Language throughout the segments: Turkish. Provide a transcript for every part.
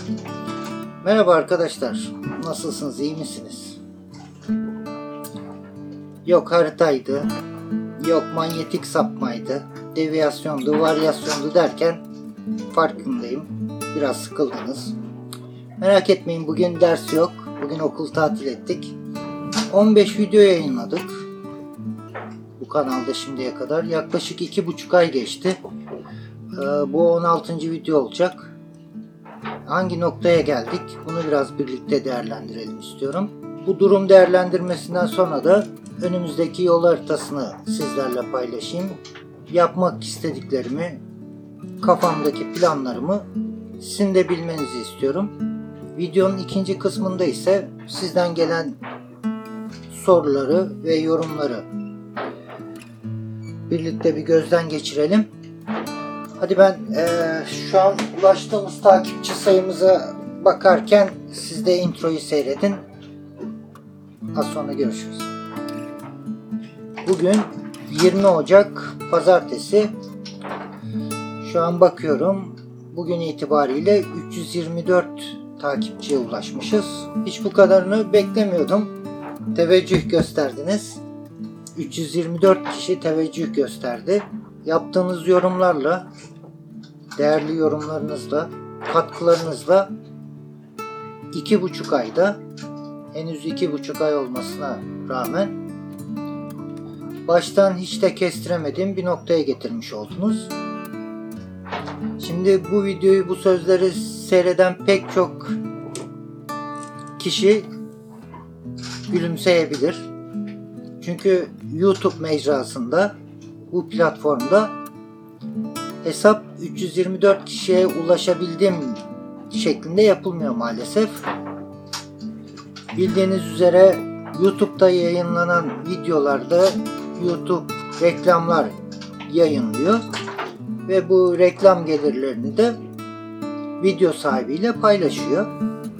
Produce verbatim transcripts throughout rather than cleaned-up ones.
Merhaba arkadaşlar, nasılsınız, iyi misiniz? Yok haritaydı, yok manyetik sapmaydı, deviyasyondu, varyasyondu derken farkındayım. Biraz sıkıldınız. Merak etmeyin, bugün ders yok, bugün okul tatil ettik. on beş video yayınladık bu kanalda şimdiye kadar. Yaklaşık iki buçuk ay geçti. Ee, bu on altıncı video olacak. Hangi noktaya geldik? Bunu biraz birlikte değerlendirelim istiyorum. Bu durum değerlendirmesinden sonra da önümüzdeki yol haritasını sizlerle paylaşayım. Yapmak istediklerimi, kafamdaki planlarımı sizin de bilmenizi istiyorum. Videonun ikinci kısmında ise sizden gelen soruları ve yorumları birlikte bir gözden geçirelim. Hadi ben e, şu an ulaştığımız takipçi sayımıza bakarken siz de introyu seyredin. Az sonra görüşürüz. Bugün yirmi Ocak Pazartesi. Şu an bakıyorum. Bugün itibariyle üç yüz yirmi dört takipçiye ulaşmışız. Hiç bu kadarını beklemiyordum. Teveccüh gösterdiniz. üç yüz yirmi dört kişi teveccüh gösterdi. Yaptığınız yorumlarla, değerli yorumlarınızla, katkılarınızla iki buçuk ayda, henüz iki buçuk ay olmasına rağmen baştan hiç de kestiremediğim bir noktaya getirmiş oldunuz. Şimdi bu videoyu, bu sözleri seyreden pek çok kişi gülümseyebilir. Çünkü YouTube mecrasında, bu platformda hesap üç yüz yirmi dört kişiye ulaşabildim şeklinde yapılmıyor maalesef. Bildiğiniz üzere YouTube'da yayınlanan videolarda YouTube reklamlar yayınlıyor ve bu reklam gelirlerini de video sahibiyle paylaşıyor.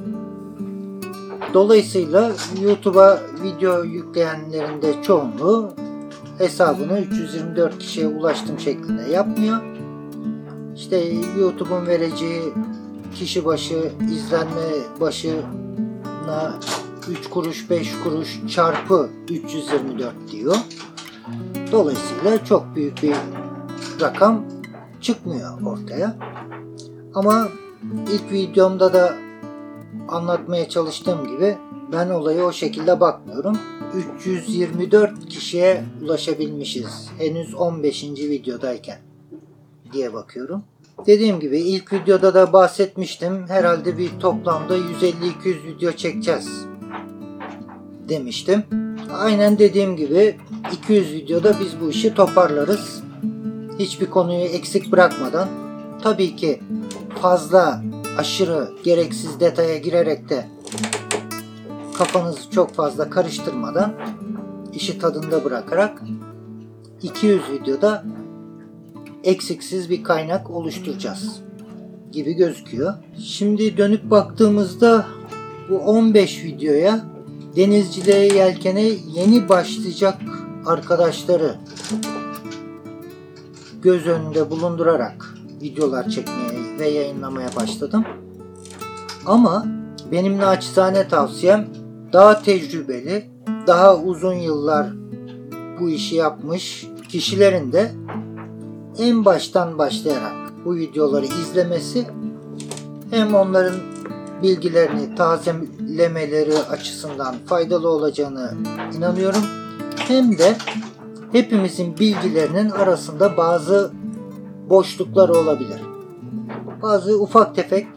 Dolayısıyla YouTube'a video yükleyenlerin de çoğunluğu hesabını üç yüz yirmi dört kişiye ulaştım şeklinde yapmıyor. İşte YouTube'un vereceği kişi başı, izlenme başına üç kuruş, beş kuruş çarpı üç yüz yirmi dört diyor. Dolayısıyla çok büyük bir rakam çıkmıyor ortaya. Ama ilk videomda da anlatmaya çalıştığım gibi ben olaya o şekilde bakmıyorum. üç yüz yirmi dört kişiye ulaşabilmişiz henüz on beşinci videodayken diye bakıyorum. Dediğim gibi ilk videoda da bahsetmiştim. Herhalde bir toplamda yüz elli iki yüz video çekeceğiz demiştim. Aynen dediğim gibi iki yüz videoda biz bu işi toparlarız. Hiçbir konuyu eksik bırakmadan, tabii ki fazla aşırı gereksiz detaya girerek de kafanızı çok fazla karıştırmadan, işi tadında bırakarak iki yüz videoda eksiksiz bir kaynak oluşturacağız gibi gözüküyor. Şimdi dönüp baktığımızda bu on beş videoya denizciliğe, yelkene yeni başlayacak arkadaşları göz önünde bulundurarak videolar çekmeye ve yayınlamaya başladım. Ama benim naçizane tavsiyem daha tecrübeli, daha uzun yıllar bu işi yapmış kişilerin de en baştan başlayarak bu videoları izlemesi, hem onların bilgilerini tazelemeleri açısından faydalı olacağını inanıyorum, hem de hepimizin bilgilerinin arasında bazı boşluklar olabilir. Bazı ufak tefek,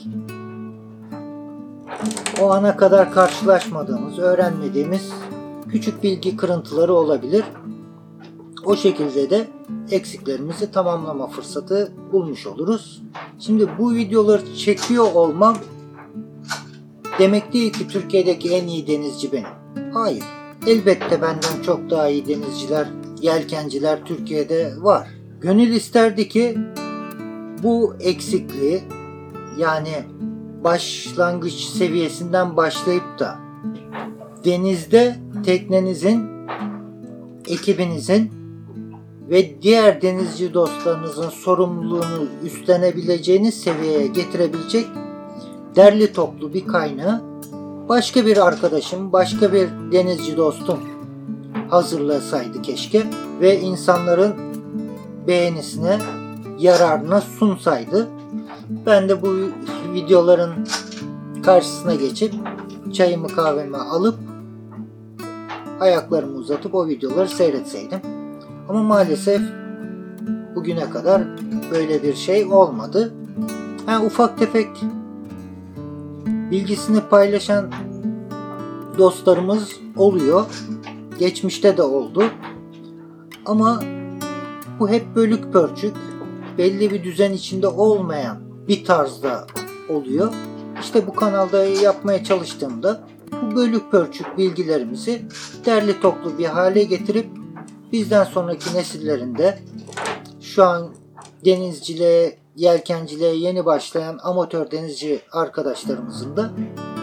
o ana kadar karşılaşmadığımız, öğrenmediğimiz küçük bilgi kırıntıları olabilir. O şekilde de eksiklerimizi tamamlama fırsatı bulmuş oluruz. Şimdi bu videoları çekiyor olmam demek değil ki Türkiye'deki en iyi denizci benim. Hayır. Elbette benden çok daha iyi denizciler, yelkenciler Türkiye'de var. Gönül isterdi ki bu eksikliği, yani başlangıç seviyesinden başlayıp da denizde teknenizin, ekibinizin ve diğer denizci dostlarınızın sorumluluğunu üstlenebileceğiniz seviyeye getirebilecek derli toplu bir kaynağı başka bir arkadaşım, başka bir denizci dostum hazırlasaydı keşke ve insanların beğenisine, yararına sunsaydı. Ben de bu videoların karşısına geçip çayımı kahvemi alıp ayaklarımı uzatıp o videoları seyretseydim. Ama maalesef bugüne kadar böyle bir şey olmadı. Yani ufak tefek bilgisini paylaşan dostlarımız oluyor. Geçmişte de oldu. Ama bu hep bölük pörçük, belli bir düzen içinde olmayan bir tarzda oluyor. İşte bu kanalda yapmaya çalıştığımda bu bölük pörçük bilgilerimizi derli toplu bir hale getirip bizden sonraki nesillerin de şu an denizciliğe, yelkenciliğe yeni başlayan amatör denizci arkadaşlarımızın da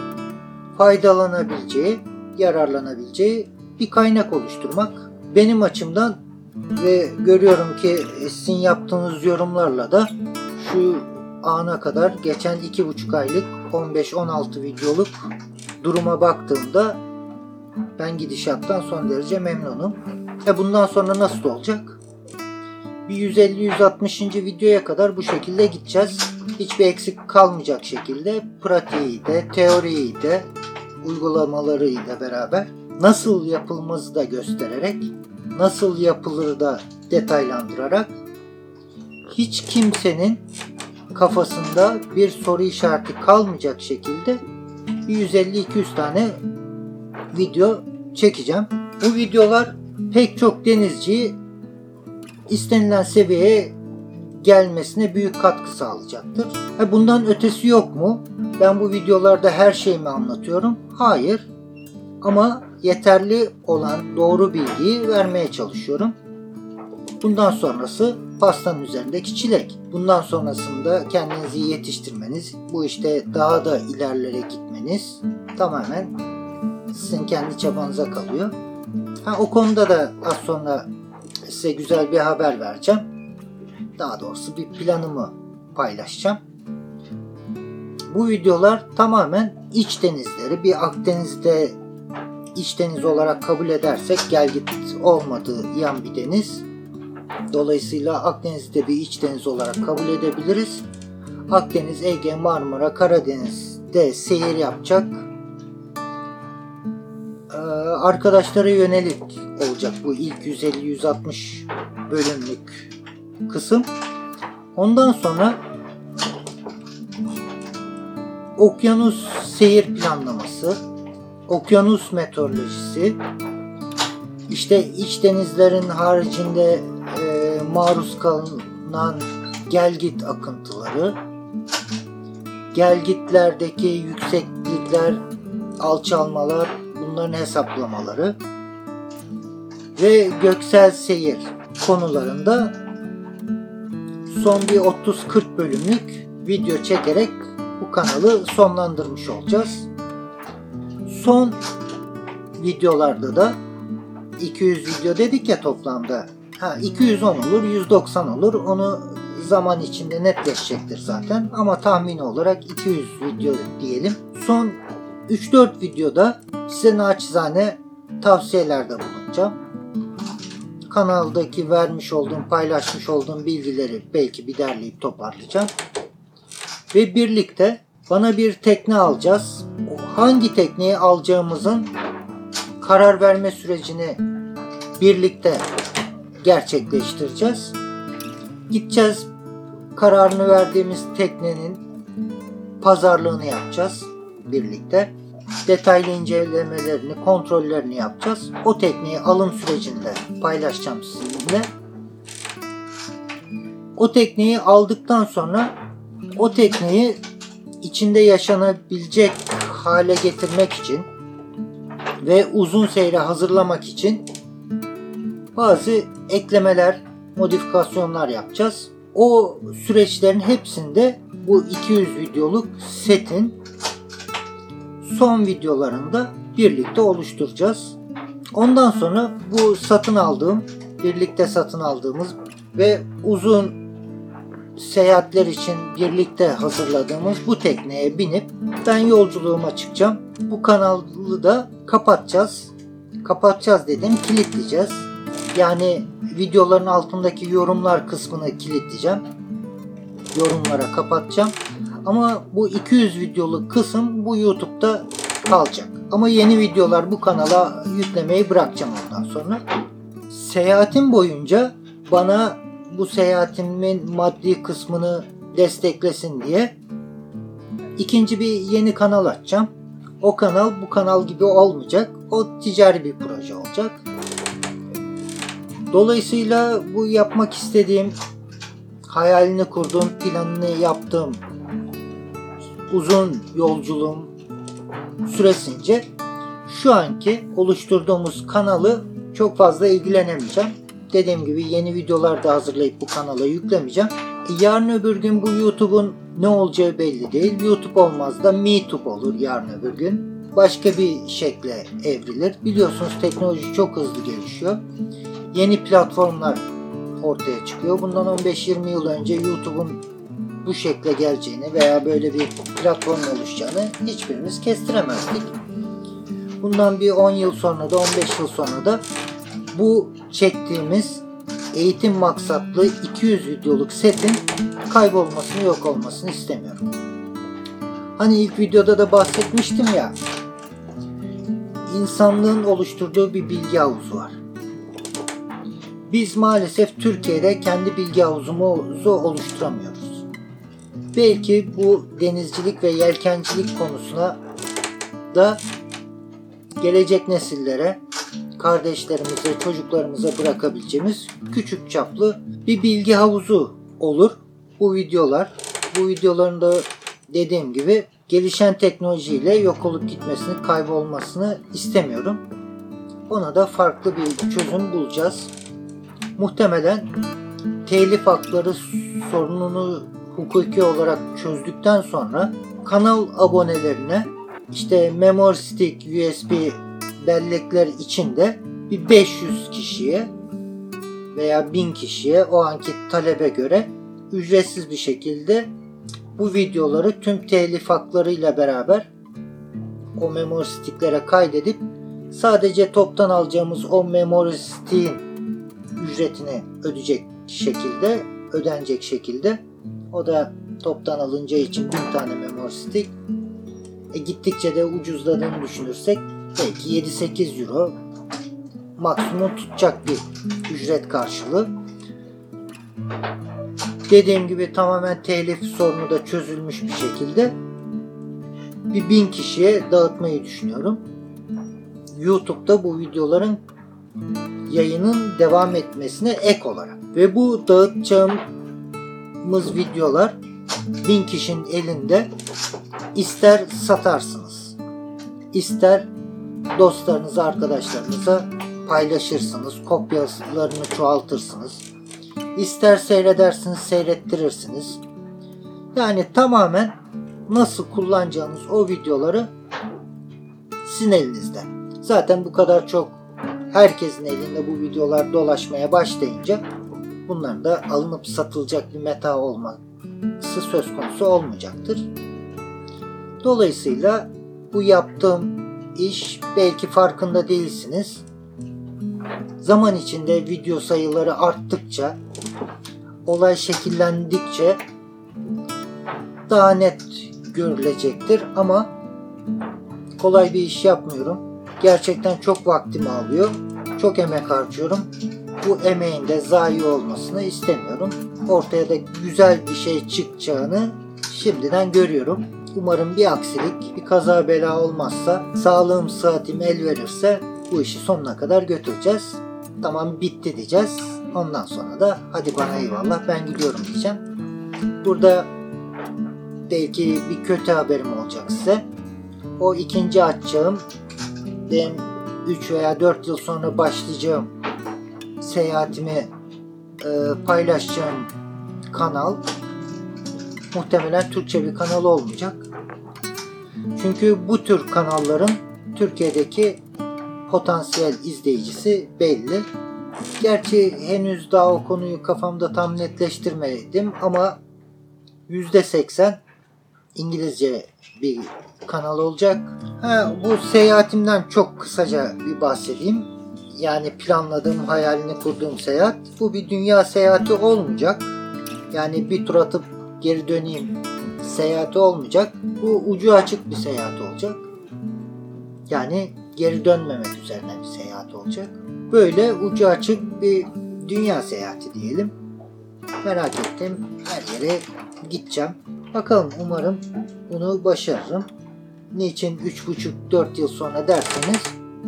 faydalanabileceği, yararlanabileceği bir kaynak oluşturmak. Benim açımdan ve görüyorum ki sizin yaptığınız yorumlarla da şu ana kadar geçen iki buçuk aylık on beş on altı videoluk duruma baktığımda ben gidişattan son derece memnunum. E bundan sonra nasıl olacak? Bir yüz elli yüz altmışıncı videoya kadar bu şekilde gideceğiz. Hiçbir eksik kalmayacak şekilde pratiği de, teoriyi de, uygulamalarıyla beraber nasıl yapılması da göstererek, nasıl yapılır da detaylandırarak hiç kimsenin kafasında bir soru işareti kalmayacak şekilde yüz elli iki yüz tane video çekeceğim. Bu videolar pek çok denizciyi istenilen seviyeye gelmesine büyük katkı sağlayacaktır. Bundan ötesi yok mu? Ben bu videolarda her şeyimi anlatıyorum. Hayır. Ama yeterli olan doğru bilgiyi vermeye çalışıyorum. Bundan sonrası pastanın üzerindeki çilek. Bundan sonrasında kendinizi yetiştirmeniz, bu işte daha da ilerlere gitmeniz tamamen sizin kendi çabanıza kalıyor. Ha, o konuda da az sonra size güzel bir haber vereceğim. Daha doğrusu bir planımı paylaşacağım. Bu videolar tamamen iç denizleri, bir Akdeniz'de iç deniz olarak kabul edersek Gelgit olmadığı yan bir deniz. Dolayısıyla Akdeniz'de bir iç deniz olarak kabul edebiliriz. Akdeniz, Ege, Marmara, Karadeniz'de seyir yapacak arkadaşlara yönelik olacak bu ilk yüz elli yüz altmış bölümlük kısım. Ondan sonra okyanus seyir planlaması, okyanus meteorolojisi, işte iç denizlerin haricinde e, maruz kalınan gelgit akıntıları, gelgitlerdeki yükseklikler, alçalmalar, bunların hesaplamaları ve göksel seyir konularında son bir otuz kırk bölümlük video çekerek bu kanalı sonlandırmış olacağız. Son videolarda da iki yüz video dedik ya toplamda. Ha, iki yüz on olur, yüz doksan olur. Onu zaman içinde netleşecektir zaten. Ama tahmini olarak iki yüz video diyelim. Son üç dört videoda size naçizane tavsiyelerde bulunacağım. Kanaldaki vermiş olduğum, paylaşmış olduğum bilgileri belki bir derleyip toparlayacağım. Ve birlikte bana bir tekne alacağız. Hangi tekneyi alacağımızın karar verme sürecini birlikte gerçekleştireceğiz. Gideceğiz, kararını verdiğimiz teknenin pazarlığını yapacağız birlikte. Detaylı incelemelerini, kontrollerini yapacağız. O tekneyi alım sürecinde paylaşacağım sizinle. O tekneyi aldıktan sonra o tekneyi içinde yaşanabilecek hale getirmek için ve uzun seyre hazırlamak için bazı eklemeler, modifikasyonlar yapacağız. O süreçlerin hepsinde bu iki yüz videoluk setin son videolarında birlikte oluşturacağız. Ondan sonra bu satın aldığım, birlikte satın aldığımız ve uzun seyahatler için birlikte hazırladığımız bu tekneye binip ben yolculuğuma çıkacağım. Bu kanalı da kapatacağız. Kapatacağız dedim, kilitleyeceğiz. Yani videoların altındaki yorumlar kısmını kilitleyeceğim. Yorumlara kapatacağım. Ama bu iki yüz videoluk kısım bu YouTube'da kalacak. Ama yeni videolar bu kanala yüklemeyi bırakacağım ondan sonra. Seyahatim boyunca bana bu seyahatimin maddi kısmını desteklesin diye ikinci bir yeni kanal açacağım. O kanal bu kanal gibi olmayacak. O ticari bir proje olacak. Dolayısıyla bu yapmak istediğim, hayalini kurduğum, planını yaptığım uzun yolculuğum süresince şu anki oluşturduğumuz kanalı çok fazla ilgilenemeyeceğim. Dediğim gibi yeni videolar da hazırlayıp bu kanala yüklemeyeceğim. Yarın öbür gün bu YouTube'un ne olacağı belli değil. YouTube olmaz da MeTube olur yarın öbür gün. Başka bir şekle evrilir. Biliyorsunuz teknoloji çok hızlı gelişiyor. Yeni platformlar ortaya çıkıyor. Bundan on beş yirmi yıl önce YouTube'un bu şekle geleceğini veya böyle bir platform oluşacağını hiçbirimiz kestiremezdik. Bundan bir on yıl sonra da on beş yıl sonra da bu çektiğimiz eğitim maksatlı iki yüz videoluk setin kaybolmasını, yok olmasını istemiyorum. Hani ilk videoda da bahsetmiştim ya, insanlığın oluşturduğu bir bilgi havuzu var. Biz maalesef Türkiye'de kendi bilgi havuzumuzu oluşturamıyoruz. Belki bu denizcilik ve yelkencilik konusuna da gelecek nesillere, kardeşlerimize, çocuklarımıza bırakabileceğimiz küçük çaplı bir bilgi havuzu olur bu videolar. Bu videoların da dediğim gibi gelişen teknolojiyle yok olup gitmesini, kaybolmasını istemiyorum. Ona da farklı bir çözüm bulacağız. Muhtemelen telif hakları sorununu hukuki olarak çözdükten sonra kanal abonelerine işte memory stick, U S B bellekler içinde bir beş yüz kişiye veya bin kişiye o anki talebe göre ücretsiz bir şekilde bu videoları tüm telif haklarıyla beraber o memory sticklere kaydedip sadece toptan alacağımız o memory stick'in ücretini ödeyecek şekilde, ödenecek şekilde, o da toptan alınacağı için bin tane memory stick, e gittikçe de ucuzladığını düşünürsek belki yedi sekiz euro maksimum tutacak bir ücret karşılığı. Dediğim gibi tamamen telif sorunu da çözülmüş bir şekilde bir bin kişiye dağıtmayı düşünüyorum. YouTube'da bu videoların yayının devam etmesine ek olarak. Ve bu dağıtacağımız videolar bin kişinin elinde, ister satarsınız, ister dostlarınıza, arkadaşlarınıza paylaşırsınız, kopyalarını çoğaltırsınız, ister seyredersiniz, seyrettirirsiniz. Yani tamamen nasıl kullanacağınız o videoları sizin elinizde. Zaten bu kadar çok herkesin elinde bu videolar dolaşmaya başlayınca bunların da alınıp satılacak bir meta olması söz konusu olmayacaktır. Dolayısıyla bu yaptığım iş, belki farkında değilsiniz, zaman içinde video sayıları arttıkça, olay şekillendikçe daha net görülecektir ama kolay bir iş yapmıyorum. Gerçekten çok vaktimi alıyor. Çok emek harcıyorum. Bu emeğin de zayi olmasını istemiyorum. Ortaya da güzel bir şey çıkacağını şimdiden görüyorum. Umarım bir aksilik, bir kaza bela olmazsa, sağlığım, sıhhatim el verirse bu işi sonuna kadar götüreceğiz. Tamam, bitti diyeceğiz. Ondan sonra da hadi bana eyvallah, ben gidiyorum diyeceğim. Burada belki bir kötü haberim olacak size. O ikinci açacağım, benim üç veya dört yıl sonra başlayacağım seyahatimi e, paylaşacağım kanal muhtemelen Türkçe bir kanal olmayacak. Çünkü bu tür kanalların Türkiye'deki potansiyel izleyicisi belli. Gerçi henüz daha o konuyu kafamda tam netleştirmedim ama yüzde seksen İngilizce bir kanal olacak. Ha, bu seyahatimden çok kısaca bir bahsedeyim. Yani planladığım, hayalini kurduğum seyahat. Bu bir dünya seyahati olmayacak. Yani bir tur atıp geri döneyim seyahati olmayacak. Bu ucu açık bir seyahat olacak. Yani geri dönmemek üzerine bir seyahat olacak. Böyle ucu açık bir dünya seyahati diyelim. Merak ettim. Her yere gideceğim. Bakalım, umarım bunu başarırım. Niçin üç buçuk dört yıl sonra derseniz,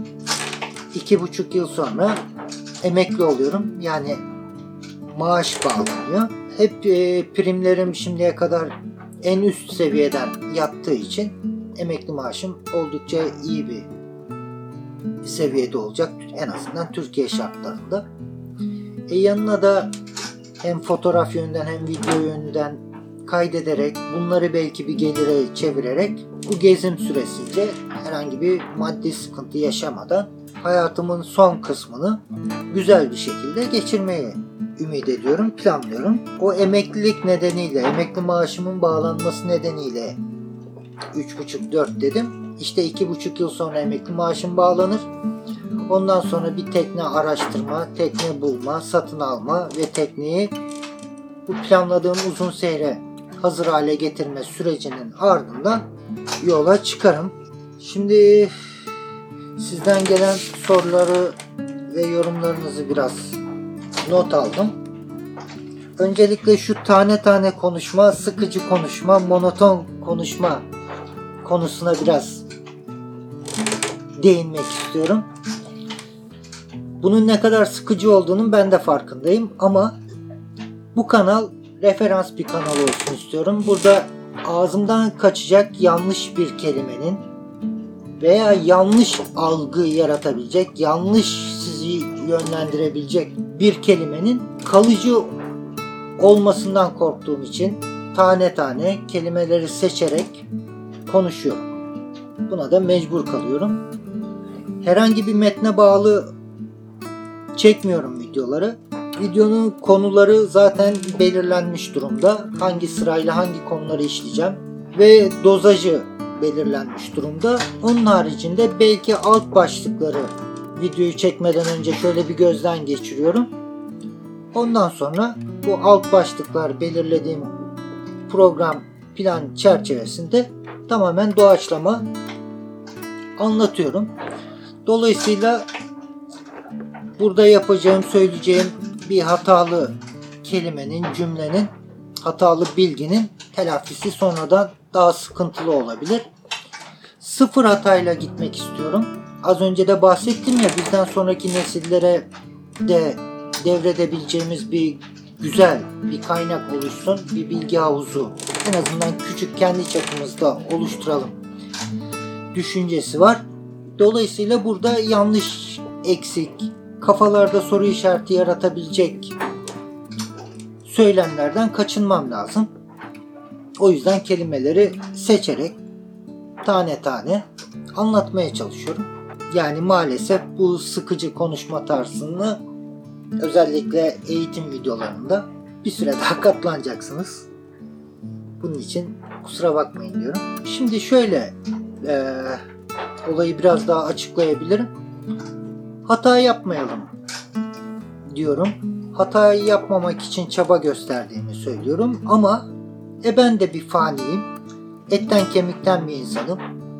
iki buçuk yıl sonra emekli oluyorum. Yani maaş bağlanıyor. Hep e, primlerim şimdiye kadar en üst seviyeden yattığı için emekli maaşım oldukça iyi bir seviyede olacak. En azından Türkiye şartlarında. E yanına da hem fotoğraf yönünden hem video yönünden kaydederek, bunları belki bir gelire çevirerek bu gezim süresince herhangi bir maddi sıkıntı yaşamadan hayatımın son kısmını güzel bir şekilde geçirmeyi ümit ediyorum, planlıyorum. O emeklilik nedeniyle, emekli maaşımın bağlanması nedeniyle üç buçuk dört dedim. İşte iki buçuk yıl sonra emekli maaşım bağlanır. Ondan sonra bir tekne araştırma, tekne bulma, satın alma ve tekneyi bu planladığım uzun seyre hazır hale getirme sürecinin ardından yola çıkarım. Şimdi sizden gelen soruları ve yorumlarınızı biraz not aldım. Öncelikle şu tane tane konuşma, sıkıcı konuşma, monoton konuşma konusuna biraz değinmek istiyorum. Bunun ne kadar sıkıcı olduğunun ben de farkındayım ama bu kanal referans bir kanal olsun istiyorum. Burada ağzımdan kaçacak yanlış bir kelimenin veya yanlış algı yaratabilecek, yanlış sizi yönlendirebilecek bir kelimenin kalıcı olmasından korktuğum için tane tane kelimeleri seçerek konuşuyorum. Buna da mecbur kalıyorum. Herhangi bir metne bağlı çekmiyorum videoları. Videonun konuları zaten belirlenmiş durumda. Hangi sırayla hangi konuları işleyeceğim ve dozajı belirlenmiş durumda. Onun haricinde belki alt başlıkları videoyu çekmeden önce şöyle bir gözden geçiriyorum. Ondan sonra bu alt başlıklar belirlediğim program plan çerçevesinde tamamen doğaçlama anlatıyorum. Dolayısıyla burada yapacağım, söyleyeceğim bir hatalı kelimenin, cümlenin, hatalı bilginin telafisi sonradan daha sıkıntılı olabilir. Sıfır hatayla gitmek istiyorum. Az önce de bahsettim ya, bizden sonraki nesillere de devredebileceğimiz bir güzel bir kaynak oluşsun, bir bilgi havuzu en azından küçük kendi çapımızda oluşturalım düşüncesi var. Dolayısıyla burada yanlış, eksik, kafalarda soru işareti yaratabilecek söylemlerden kaçınmam lazım. O yüzden kelimeleri seçerek tane tane anlatmaya çalışıyorum. Yani maalesef bu sıkıcı konuşma tarzını özellikle eğitim videolarında bir süre daha katlanacaksınız. Bunun için kusura bakmayın diyorum. Şimdi şöyle e, olayı biraz daha açıklayabilirim. Hata yapmayalım diyorum. Hatayı yapmamak için çaba gösterdiğimi söylüyorum ama e ben de bir faniyim. Etten kemikten bir insanım.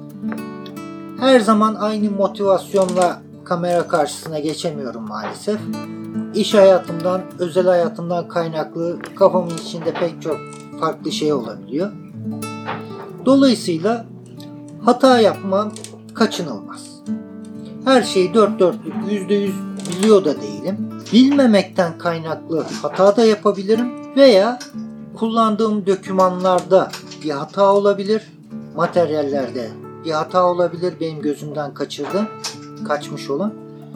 Her zaman aynı motivasyonla kamera karşısına geçemiyorum maalesef. İş hayatımdan, özel hayatımdan kaynaklı kafamın içinde pek çok farklı şey olabiliyor. Dolayısıyla hata yapmam kaçınılmaz. Her şeyi dört dörtlük yüzde yüz biliyor da değilim. Bilmemekten kaynaklı hata da yapabilirim veya kullandığım dokümanlarda bir hata olabilir, materyallerde bir hata olabilir, benim gözümden kaçırdı, kaçmış olan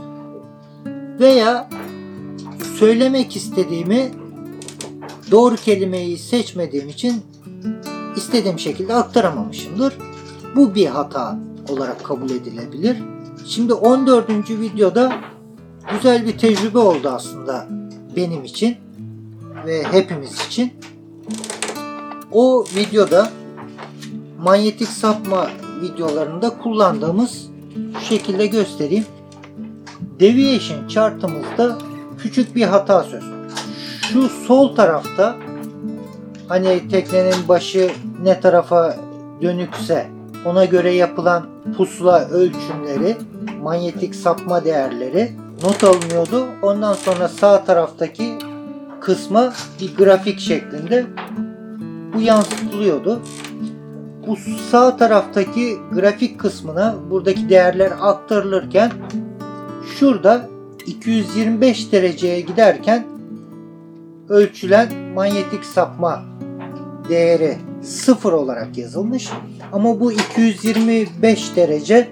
veya söylemek istediğimi doğru kelimeyi seçmediğim için istediğim şekilde aktaramamışımdır. Bu bir hata olarak kabul edilebilir. Şimdi on dördüncü videoda güzel bir tecrübe oldu aslında benim için ve hepimiz için. O videoda manyetik sapma videolarında kullandığımız şu şekilde göstereyim. Deviation chartımızda küçük bir hata söz. Şu sol tarafta hani teknenin başı ne tarafa dönükse ona göre yapılan pusula ölçümleri, manyetik sapma değerleri not alınıyordu. Ondan sonra sağ taraftaki kısma bir grafik şeklinde bu yansıtılıyordu. Bu sağ taraftaki grafik kısmına buradaki değerler aktarılırken şurada iki yüz yirmi beş dereceye giderken ölçülen manyetik sapma değeri sıfır olarak yazılmış. Ama bu iki yüz yirmi beş derece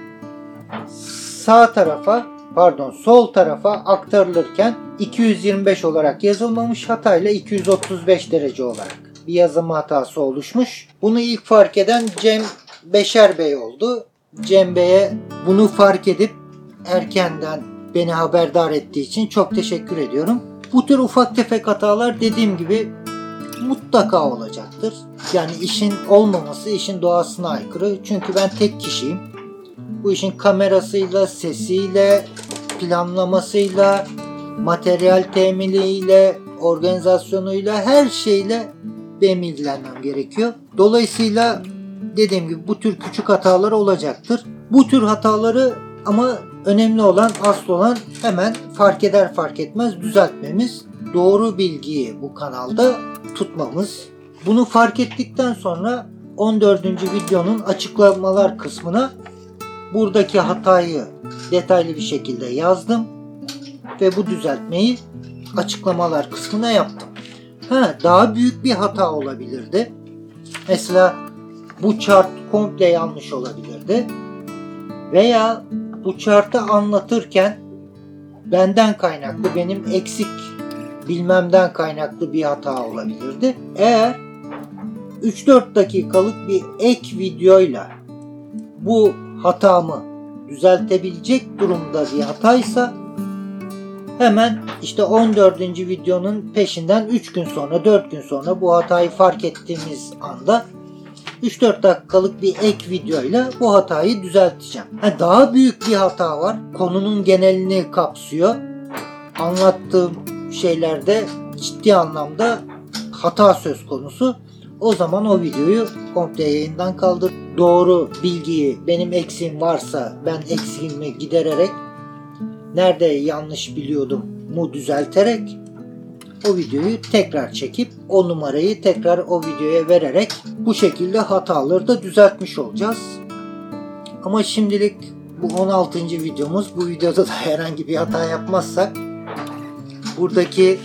sağ tarafa pardon sol tarafa aktarılırken iki yüz yirmi beş olarak yazılmamış, hatayla iki yüz otuz beş derece olarak bir yazım hatası oluşmuş. Bunu ilk fark eden Cem Beşer Bey oldu. Cem Bey'e bunu fark edip erkenden beni haberdar ettiği için çok teşekkür ediyorum. Bu tür ufak tefek hatalar dediğim gibi mutlaka olacaktır. Yani işin olmaması işin doğasına aykırı. Çünkü ben tek kişiyim. Bu işin kamerasıyla, sesiyle, planlamasıyla, materyal teminiyle, organizasyonuyla, her şeyle benim ilgilenmem gerekiyor. Dolayısıyla dediğim gibi bu tür küçük hatalar olacaktır. Bu tür hataları ama önemli olan, asıl olan hemen fark eder fark etmez düzeltmemiz. Doğru bilgiyi bu kanalda tutmamız. Bunu fark ettikten sonra on dördüncü videonun açıklamalar kısmına buradaki hatayı detaylı bir şekilde yazdım ve bu düzeltmeyi açıklamalar kısmına yaptım. Ha, daha büyük bir hata olabilirdi. Mesela bu chart komple yanlış olabilirdi. Veya bu chartı anlatırken benden kaynaklı, benim eksik bilmemden kaynaklı bir hata olabilirdi. Eğer üç dört dakikalık bir ek videoyla bu hatamı düzeltebilecek durumda bir hataysa hemen işte on dördüncü videonun peşinden üç gün sonra, dört gün sonra bu hatayı fark ettiğimiz anda üç dört dakikalık bir ek videoyla bu hatayı düzelteceğim. Ha, daha büyük bir hata var. Konunun genelini kapsıyor. Anlattığım şeylerde ciddi anlamda hata söz konusu. O zaman o videoyu komple yayından kaldır. Doğru bilgiyi, benim eksiğim varsa ben eksiğimi gidererek, nerede yanlış biliyordum mu düzelterek o videoyu tekrar çekip o numarayı tekrar o videoya vererek bu şekilde hataları da düzeltmiş olacağız. Ama şimdilik bu on altıncı videomuz. Bu videoda da herhangi bir hata yapmazsak buradaki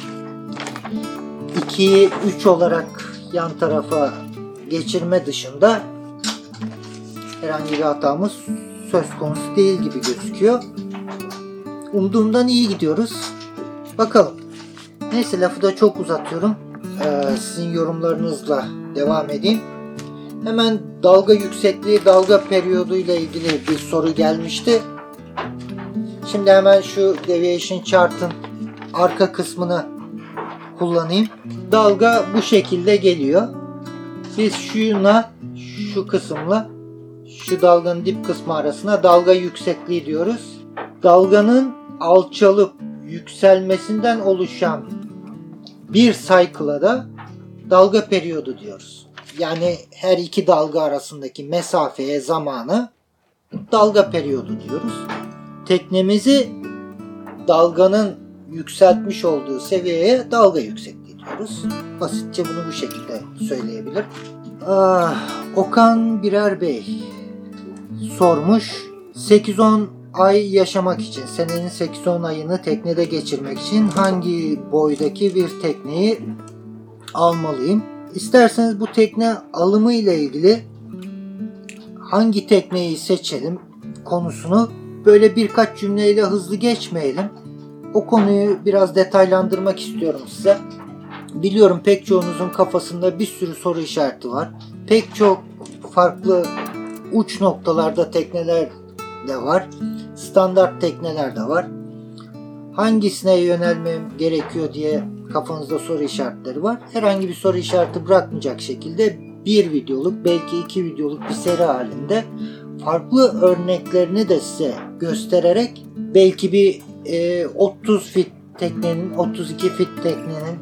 ikiyi üç olarak yan tarafa geçirme dışında herhangi bir hatamız söz konusu değil gibi gözüküyor. Umduğumdan iyi gidiyoruz. Bakalım. Neyse, lafı da çok uzatıyorum. Ee, sizin yorumlarınızla devam edeyim. Hemen dalga yüksekliği, dalga periyodu ile ilgili bir soru gelmişti. Şimdi hemen şu deviation chart'ın arka kısmını kullanayım. Dalga bu şekilde geliyor. Biz şuna, şu kısımla şu dalganın dip kısmı arasına dalga yüksekliği diyoruz. Dalganın alçalıp yükselmesinden oluşan bir cycle'a da dalga periyodu diyoruz. Yani her iki dalga arasındaki mesafeye, zamanı dalga periyodu diyoruz. Teknemizi dalganın yükseltmiş olduğu seviyeye dalga yüksekliği diyoruz. Basitçe bunu bu şekilde söyleyebilirim. Ah, Okan Birer Bey sormuş. sekiz on ay yaşamak için, senenin sekiz on ayını teknede geçirmek için hangi boydaki bir tekneyi almalıyım? İsterseniz bu tekne alımı ile ilgili hangi tekneyi seçelim konusunu böyle birkaç cümleyle hızlı geçmeyelim. O konuyu biraz detaylandırmak istiyorum size. Biliyorum pek çoğunuzun kafasında bir sürü soru işareti var. Pek çok farklı uç noktalarda tekneler de var. Standart tekneler de var. Hangisine yönelmem gerekiyor diye kafanızda soru işaretleri var. Herhangi bir soru işareti bırakmayacak şekilde bir videoluk, belki iki videoluk bir seri halinde farklı örneklerini de size göstererek belki bir e, otuz fit teknenin, otuz iki fit teknenin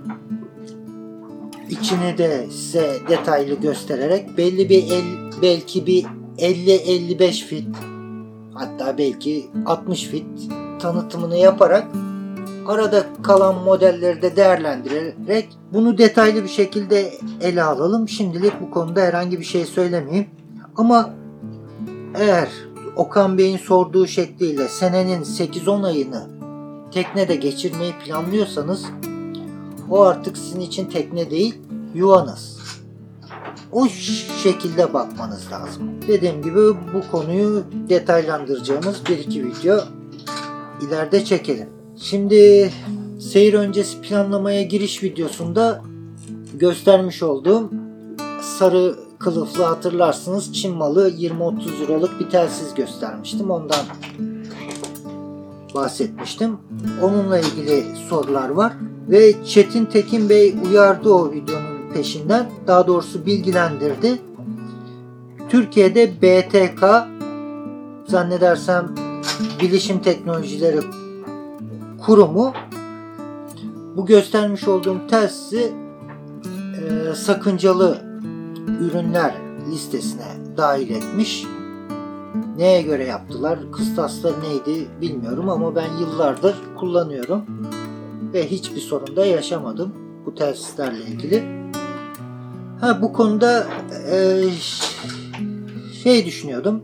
içini de size detaylı göstererek belli bir el, belki bir elli elli beş fit, hatta belki altmış fit tanıtımını yaparak arada kalan modelleri de değerlendirerek bunu detaylı bir şekilde ele alalım. Şimdilik bu konuda herhangi bir şey söylemeyeyim. Ama eğer Okan Bey'in sorduğu şekliyle senenin sekiz on ayını teknede geçirmeyi planlıyorsanız o artık sizin için tekne değil, yuvanız. O şekilde bakmanız lazım. Dediğim gibi bu konuyu detaylandıracağımız bir iki video ileride çekelim. Şimdi seyir öncesi planlamaya giriş videosunda göstermiş olduğum sarı kılıflı, hatırlarsınız, Çin malı yirmi otuz liralık bir telsiz göstermiştim. Ondan bahsetmiştim. Onunla ilgili sorular var. Ve Çetin Tekin Bey uyardı o videonun peşinden. Daha doğrusu bilgilendirdi. Türkiye'de B T K, zannedersem Bilişim Teknolojileri Kurumu, bu göstermiş olduğum telsizi e, sakıncalı ürünler listesine dahil etmiş. Neye göre yaptılar? Kıstasları neydi bilmiyorum ama ben yıllardır kullanıyorum ve hiçbir sorun da yaşamadım bu telsizlerle ilgili. Ha, bu konuda e, şey düşünüyordum.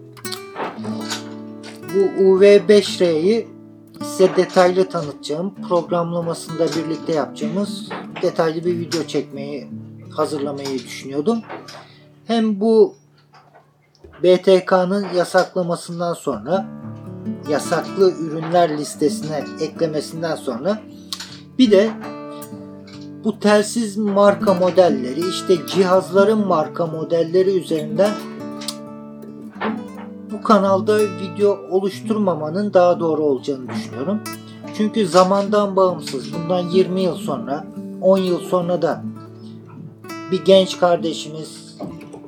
Bu U V beş R'yi size detaylı tanıtacağım, programlamasını da birlikte yapacağımız detaylı bir video çekmeyi, hazırlamayı düşünüyordum. Hem bu B T K'nın yasaklamasından sonra, yasaklı ürünler listesine eklemesinden sonra, bir de bu telsiz marka modelleri, işte cihazların marka modelleri üzerinden bu kanalda video oluşturmamanın daha doğru olacağını düşünüyorum. Çünkü zamandan bağımsız, bundan yirmi yıl sonra, on yıl sonra da bir genç kardeşimiz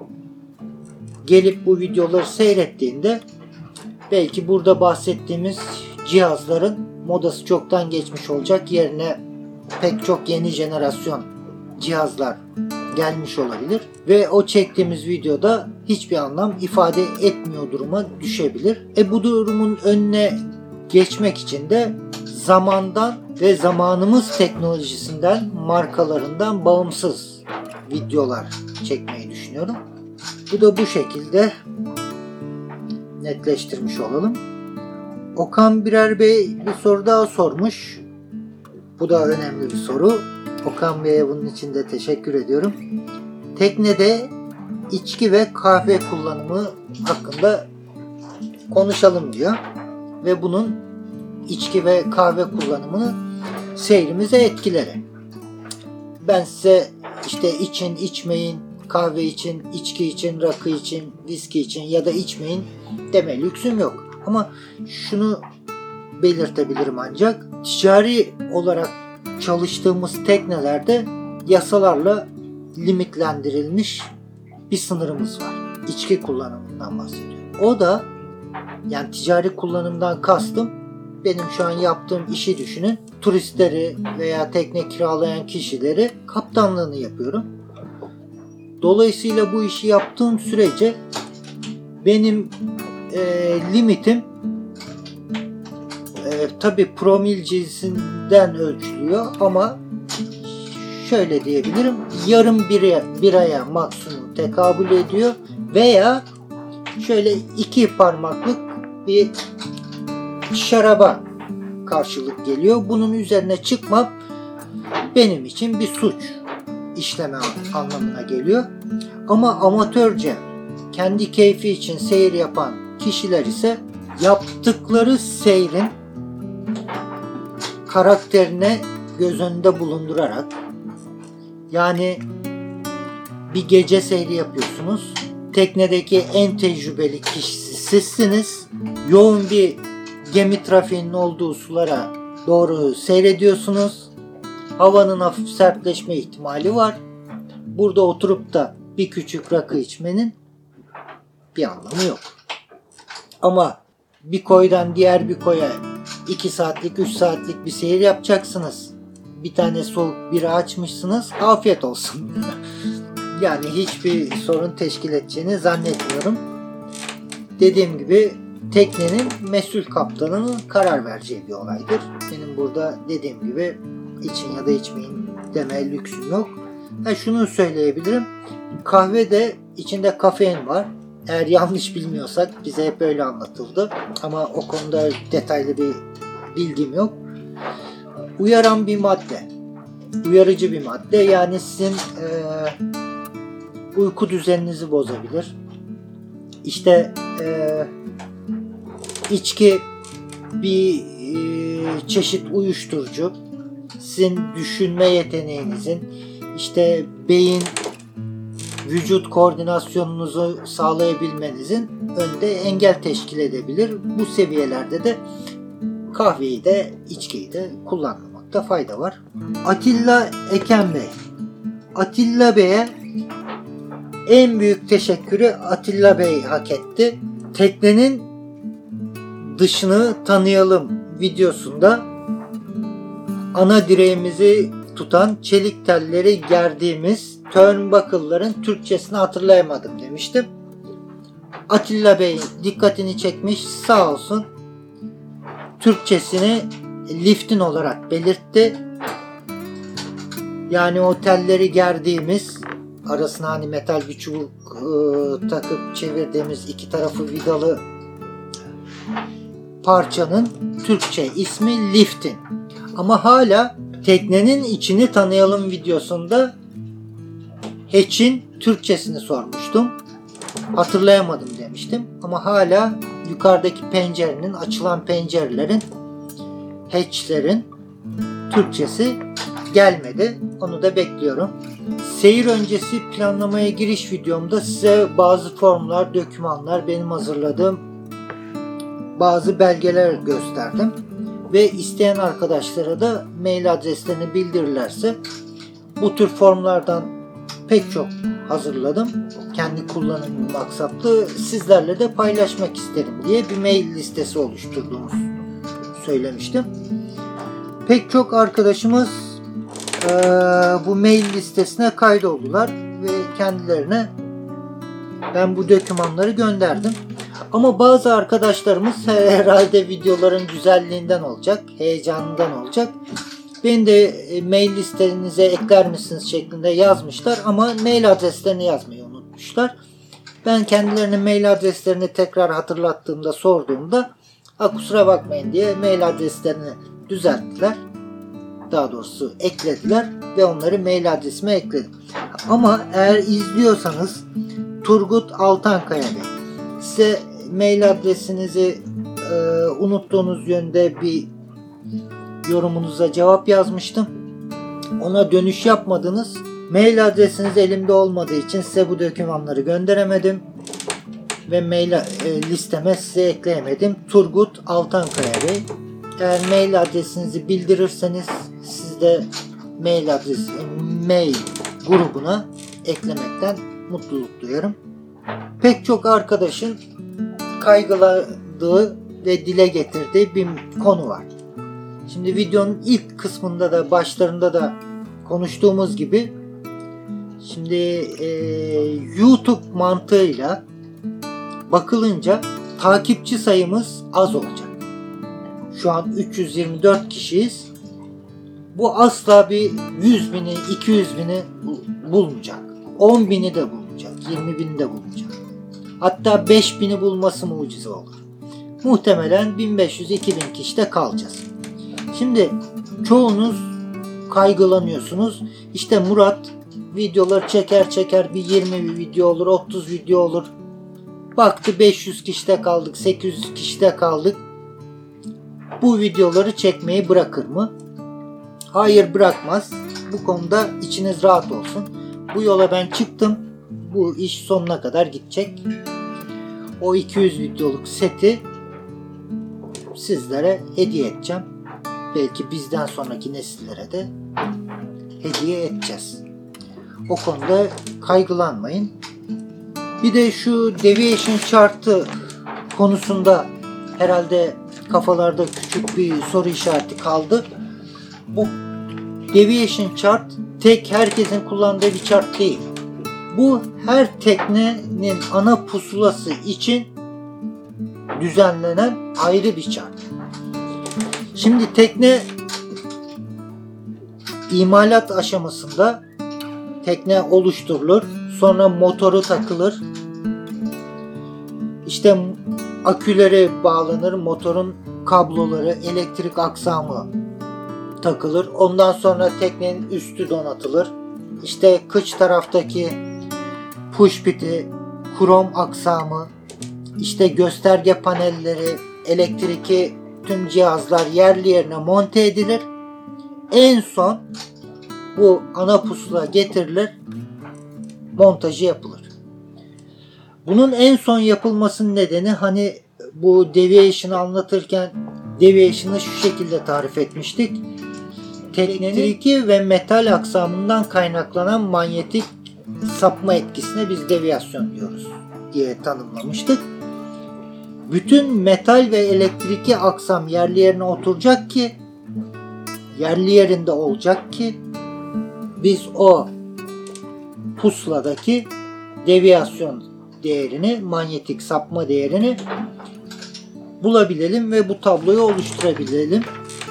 gelip bu videoları seyrettiğinde belki burada bahsettiğimiz cihazların modası çoktan geçmiş olacak. Yerine pek çok yeni jenerasyon cihazlar gelmiş olabilir ve o çektiğimiz videoda hiçbir anlam ifade etmiyor duruma düşebilir. E bu durumun önüne geçmek için de zamandan ve zamanımız teknolojisinden, markalarından bağımsız videolar çekmeyi düşünüyorum. Bu da bu şekilde netleştirmiş olalım. Okan Birer Bey bir soru daha sormuş. Bu da önemli bir soru. Okan Bey'e bunun için de teşekkür ediyorum. Teknede içki ve kahve kullanımı hakkında konuşalım diyor. Ve bunun içki ve kahve kullanımını seyrimize etkileri. Ben size işte için, içmeyin, kahve için, içki için, rakı için, viski için ya da içmeyin deme lüksüm yok. Ama şunu belirtebilirim ancak ticari olarak çalıştığımız teknelerde yasalarla limitlendirilmiş bir sınırımız var. İçki kullanımından bahsediyorum. O da, yani ticari kullanımdan kastım, benim şu an yaptığım işi düşünün. Turistleri veya tekne kiralayan kişileri kaptanlığını yapıyorum. Dolayısıyla bu işi yaptığım sürece benim e, limitim e, tabi promil cinsinden ölçülüyor ama şöyle diyebilirim, yarım biraya, biraya maksimum tekabül ediyor veya şöyle iki parmaklık bir şaraba karşılık geliyor. Bunun üzerine çıkmak benim için bir suç işleme anlamına geliyor. Ama amatörce kendi keyfi için seyir yapan kişiler ise yaptıkları seyrin karakterine göz önünde bulundurarak, yani bir gece seyri yapıyorsunuz. Teknedeki en tecrübeli kişisi sizsiniz. Yoğun bir gemi trafiğinin olduğu sulara doğru seyrediyorsunuz. Havanın hafif sertleşme ihtimali var. Burada oturup da bir küçük rakı içmenin bir anlamı yok. Ama bir koydan diğer bir koya iki saatlik, üç saatlik bir seyir yapacaksınız. Bir tane soğuk bira açmışsınız. Afiyet olsun. Yani hiçbir sorun teşkil edeceğini zannetmiyorum. Dediğim gibi teknenin mesul kaptanının karar vereceği bir olaydır. Benim burada dediğim gibi için ya da içmeyin deme lüksüm yok. Ha, şunu söyleyebilirim. Kahve de içinde kafein var. Eğer yanlış bilmiyorsak bize hep öyle anlatıldı. Ama o konuda detaylı bir bilgim yok. Uyaran bir madde. Uyarıcı bir madde. Yani sizin e, uyku düzeninizi bozabilir. İşte e, içki bir e, çeşit uyuşturucu. Sizin düşünme yeteneğinizin, işte beyin vücut koordinasyonunuzu sağlayabilmenizin önünde engel teşkil edebilir. Bu seviyelerde de kahveyi de içkiyi de kullanmamakta fayda var. Atilla Eken Bey. Atilla Bey'e en büyük teşekkürü Atilla Bey hak etti. Teknenin dışını tanıyalım videosunda ana direğimizi tutan çelik telleri gerdiğimiz turnbuckle'ların Türkçesini hatırlayamadım demiştim. Atilla Bey dikkatini çekmiş, sağ olsun. Türkçesini liftin olarak belirtti. Yani o telleri gerdiğimiz, arasına hani metal bir çubuk e, takıp çevirdiğimiz iki tarafı vidalı parçanın Türkçe ismi liftin. Ama hala teknenin içini tanıyalım videosunda hatch'in Türkçesini sormuştum. Hatırlayamadım demiştim. Ama hala yukarıdaki pencerenin, açılan pencerelerin, hatch'lerin Türkçesi gelmedi. Onu da bekliyorum. Seyir öncesi planlamaya giriş videomda size bazı formlar, dokümanlar, benim hazırladığım bazı belgeler gösterdim. Ve isteyen arkadaşlara da mail adreslerini bildirirlerse bu tür formlardan pek çok hazırladım. Kendi kullanım maksatlı sizlerle de paylaşmak isterim diye bir mail listesi oluşturduğumu söylemiştim. Pek çok arkadaşımız e, bu mail listesine kaydoldular ve kendilerine ben bu dokümanları gönderdim. Ama bazı arkadaşlarımız herhalde videoların güzelliğinden olacak, heyecanından olacak. Beni de mail listenize ekler misiniz şeklinde yazmışlar ama mail adreslerini yazmayı unutmuşlar. Ben kendilerinin mail adreslerini tekrar hatırlattığımda, sorduğumda ha, kusura bakmayın diye mail adreslerini düzelttiler. Daha doğrusu eklediler ve onları mail adresime ekledim. Ama eğer izliyorsanız Turgut Altankaya Bey, size mail adresinizi e, unuttuğunuz yönde bir yorumunuza cevap yazmıştım. Ona dönüş yapmadınız. Mail adresiniz elimde olmadığı için size bu dokümanları gönderemedim. Ve mail e, listeme size ekleyemedim. Turgut Altankaya Bey. Eğer mail adresinizi bildirirseniz siz de mail adresi, mail grubuna eklemekten mutluluk duyarım. Pek çok arkadaşın kaygıladığı ve dile getirdiği bir konu var. Şimdi videonun ilk kısmında da başlarında da konuştuğumuz gibi şimdi e, YouTube mantığıyla bakılınca takipçi sayımız az olacak. Şu an üç yüz yirmi dört kişiyiz. Bu asla bir yüz bini, iki yüz bini bulmayacak. on bini de bulmayacak, yirmi bini de bulmayacak. Hatta beş bini bulması mucize olur. Muhtemelen bin beş yüz iki bin kişide kalacağız. Şimdi çoğunuz kaygılanıyorsunuz. İşte Murat videoları çeker çeker bir yirmi video olur, otuz video olur. Baktı beş yüz kişide kaldık, sekiz yüz kişide kaldık. Bu videoları çekmeyi bırakır mı? Hayır, bırakmaz. Bu konuda içiniz rahat olsun. Bu yola ben çıktım. Bu iş sonuna kadar gidecek. O iki yüz videoluk seti sizlere hediye edeceğim. Belki bizden sonraki nesillere de hediye edeceğiz. O konuda kaygılanmayın. Bir de şu deviation chart'ı konusunda herhalde kafalarda küçük bir soru işareti kaldı. Bu deviation chart tek herkesin kullandığı bir chart değil. Bu her teknenin ana pusulası için düzenlenen ayrı bir chart. Şimdi tekne imalat aşamasında tekne oluşturulur. Sonra motoru takılır. İşte aküleri bağlanır. Motorun kabloları, elektrik aksamı takılır. Ondan sonra teknenin üstü donatılır. İşte kıç taraftaki push bit'i, krom aksamı, işte gösterge panelleri, elektriki tüm cihazlar yerli yerine monte edilir. En son bu ana pusula getirilir, montajı yapılır. Bunun en son yapılmasının nedeni, hani bu deviation'ı anlatırken deviation'ı şu şekilde tarif etmiştik. Elektriki ve metal aksamından kaynaklanan manyetik sapma etkisine biz deviyasyon diyoruz diye tanımlamıştık. Bütün metal ve elektriki aksam yerli yerine oturacak ki, yerli yerinde olacak ki biz o pusuladaki deviyasyon değerini, manyetik sapma değerini bulabilelim ve bu tabloyu oluşturabilelim.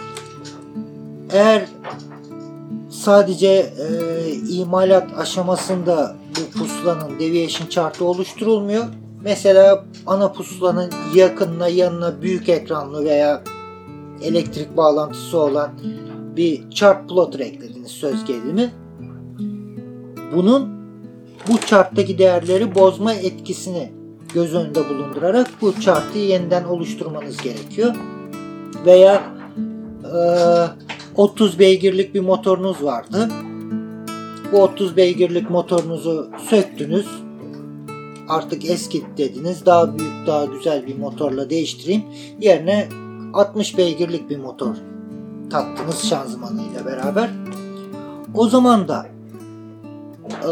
Eğer sadece e, imalat aşamasında bu pusulanın deviation chart'ı oluşturulmuyor. Mesela ana pusulanın yakınına, yanına büyük ekranlı veya elektrik bağlantısı olan bir chart plotter eklediniz, söz gelimi. Bunun bu chart'taki değerleri bozma etkisini göz önünde bulundurarak bu chart'ı yeniden oluşturmanız gerekiyor. Veya e, otuz beygirlik bir motorunuz vardı. Bu otuz beygirlik motorunuzu söktünüz. Artık eski dediniz. Daha büyük, daha güzel bir motorla değiştireyim. Yerine altmış beygirlik bir motor taktınız şanzımanıyla beraber. O zaman da e,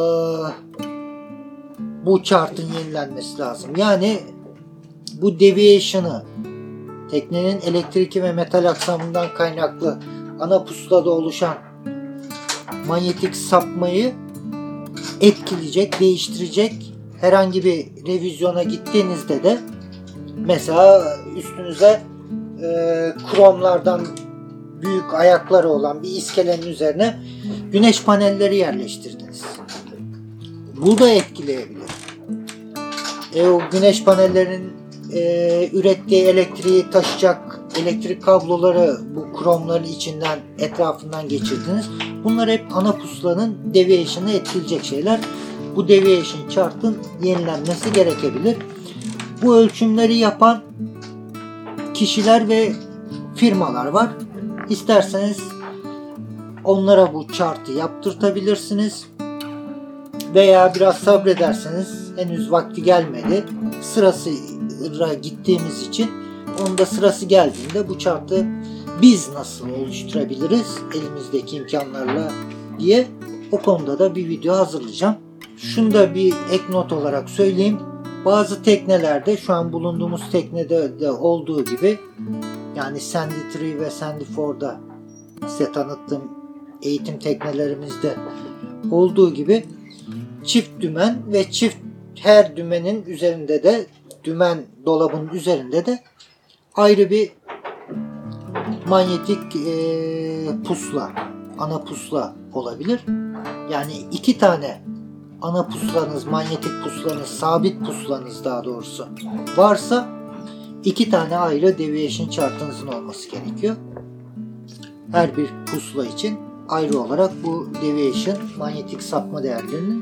bu chart'ın yenilenmesi lazım. Yani bu deviation'ı, teknenin elektriki ve metal aksamından kaynaklı ana pusulada oluşan manyetik sapmayı etkileyecek, değiştirecek herhangi bir revizyona gittiğinizde de mesela üstünüze e, kromlardan büyük ayakları olan bir iskelenin üzerine güneş panelleri yerleştirdiniz. Bu da etkileyebilir. E, o güneş panellerinin e, ürettiği elektriği taşıyacak elektrik kabloları bu kromların içinden, etrafından geçirdiniz. Bunlar hep ana pusulanın deviation'ı etkileyecek şeyler. Bu deviation chart'ın yenilenmesi gerekebilir. Bu ölçümleri yapan kişiler ve firmalar var. İsterseniz onlara bu chart'ı yaptırtabilirsiniz. Veya biraz sabrederseniz, henüz vakti gelmedi, sırasıyla gittiğimiz için onun da sırası geldiğinde bu chart'ı biz nasıl oluşturabiliriz elimizdeki imkanlarla diye o konuda da bir video hazırlayacağım. Şunu da bir ek not olarak söyleyeyim. Bazı teknelerde, şu an bulunduğumuz teknede de olduğu gibi, yani Sandy üç ve Sandy dört'da size tanıttığım eğitim teknelerimizde olduğu gibi çift dümen ve çift, her dümenin üzerinde de, dümen dolabının üzerinde de ayrı bir manyetik e, pusula, ana pusula olabilir. Yani iki tane ana pusulanız, manyetik pusulanız, sabit pusulanız daha doğrusu varsa iki tane ayrı deviation chart'ınızın olması gerekiyor. Her bir pusula için ayrı olarak bu deviation, manyetik sapma değerlerinin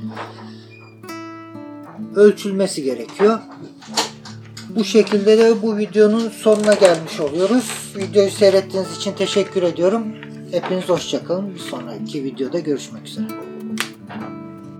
ölçülmesi gerekiyor. Bu şekilde de bu videonun sonuna gelmiş oluyoruz. Videoyu seyrettiğiniz için teşekkür ediyorum. Hepiniz hoşça kalın. Bir sonraki videoda görüşmek üzere.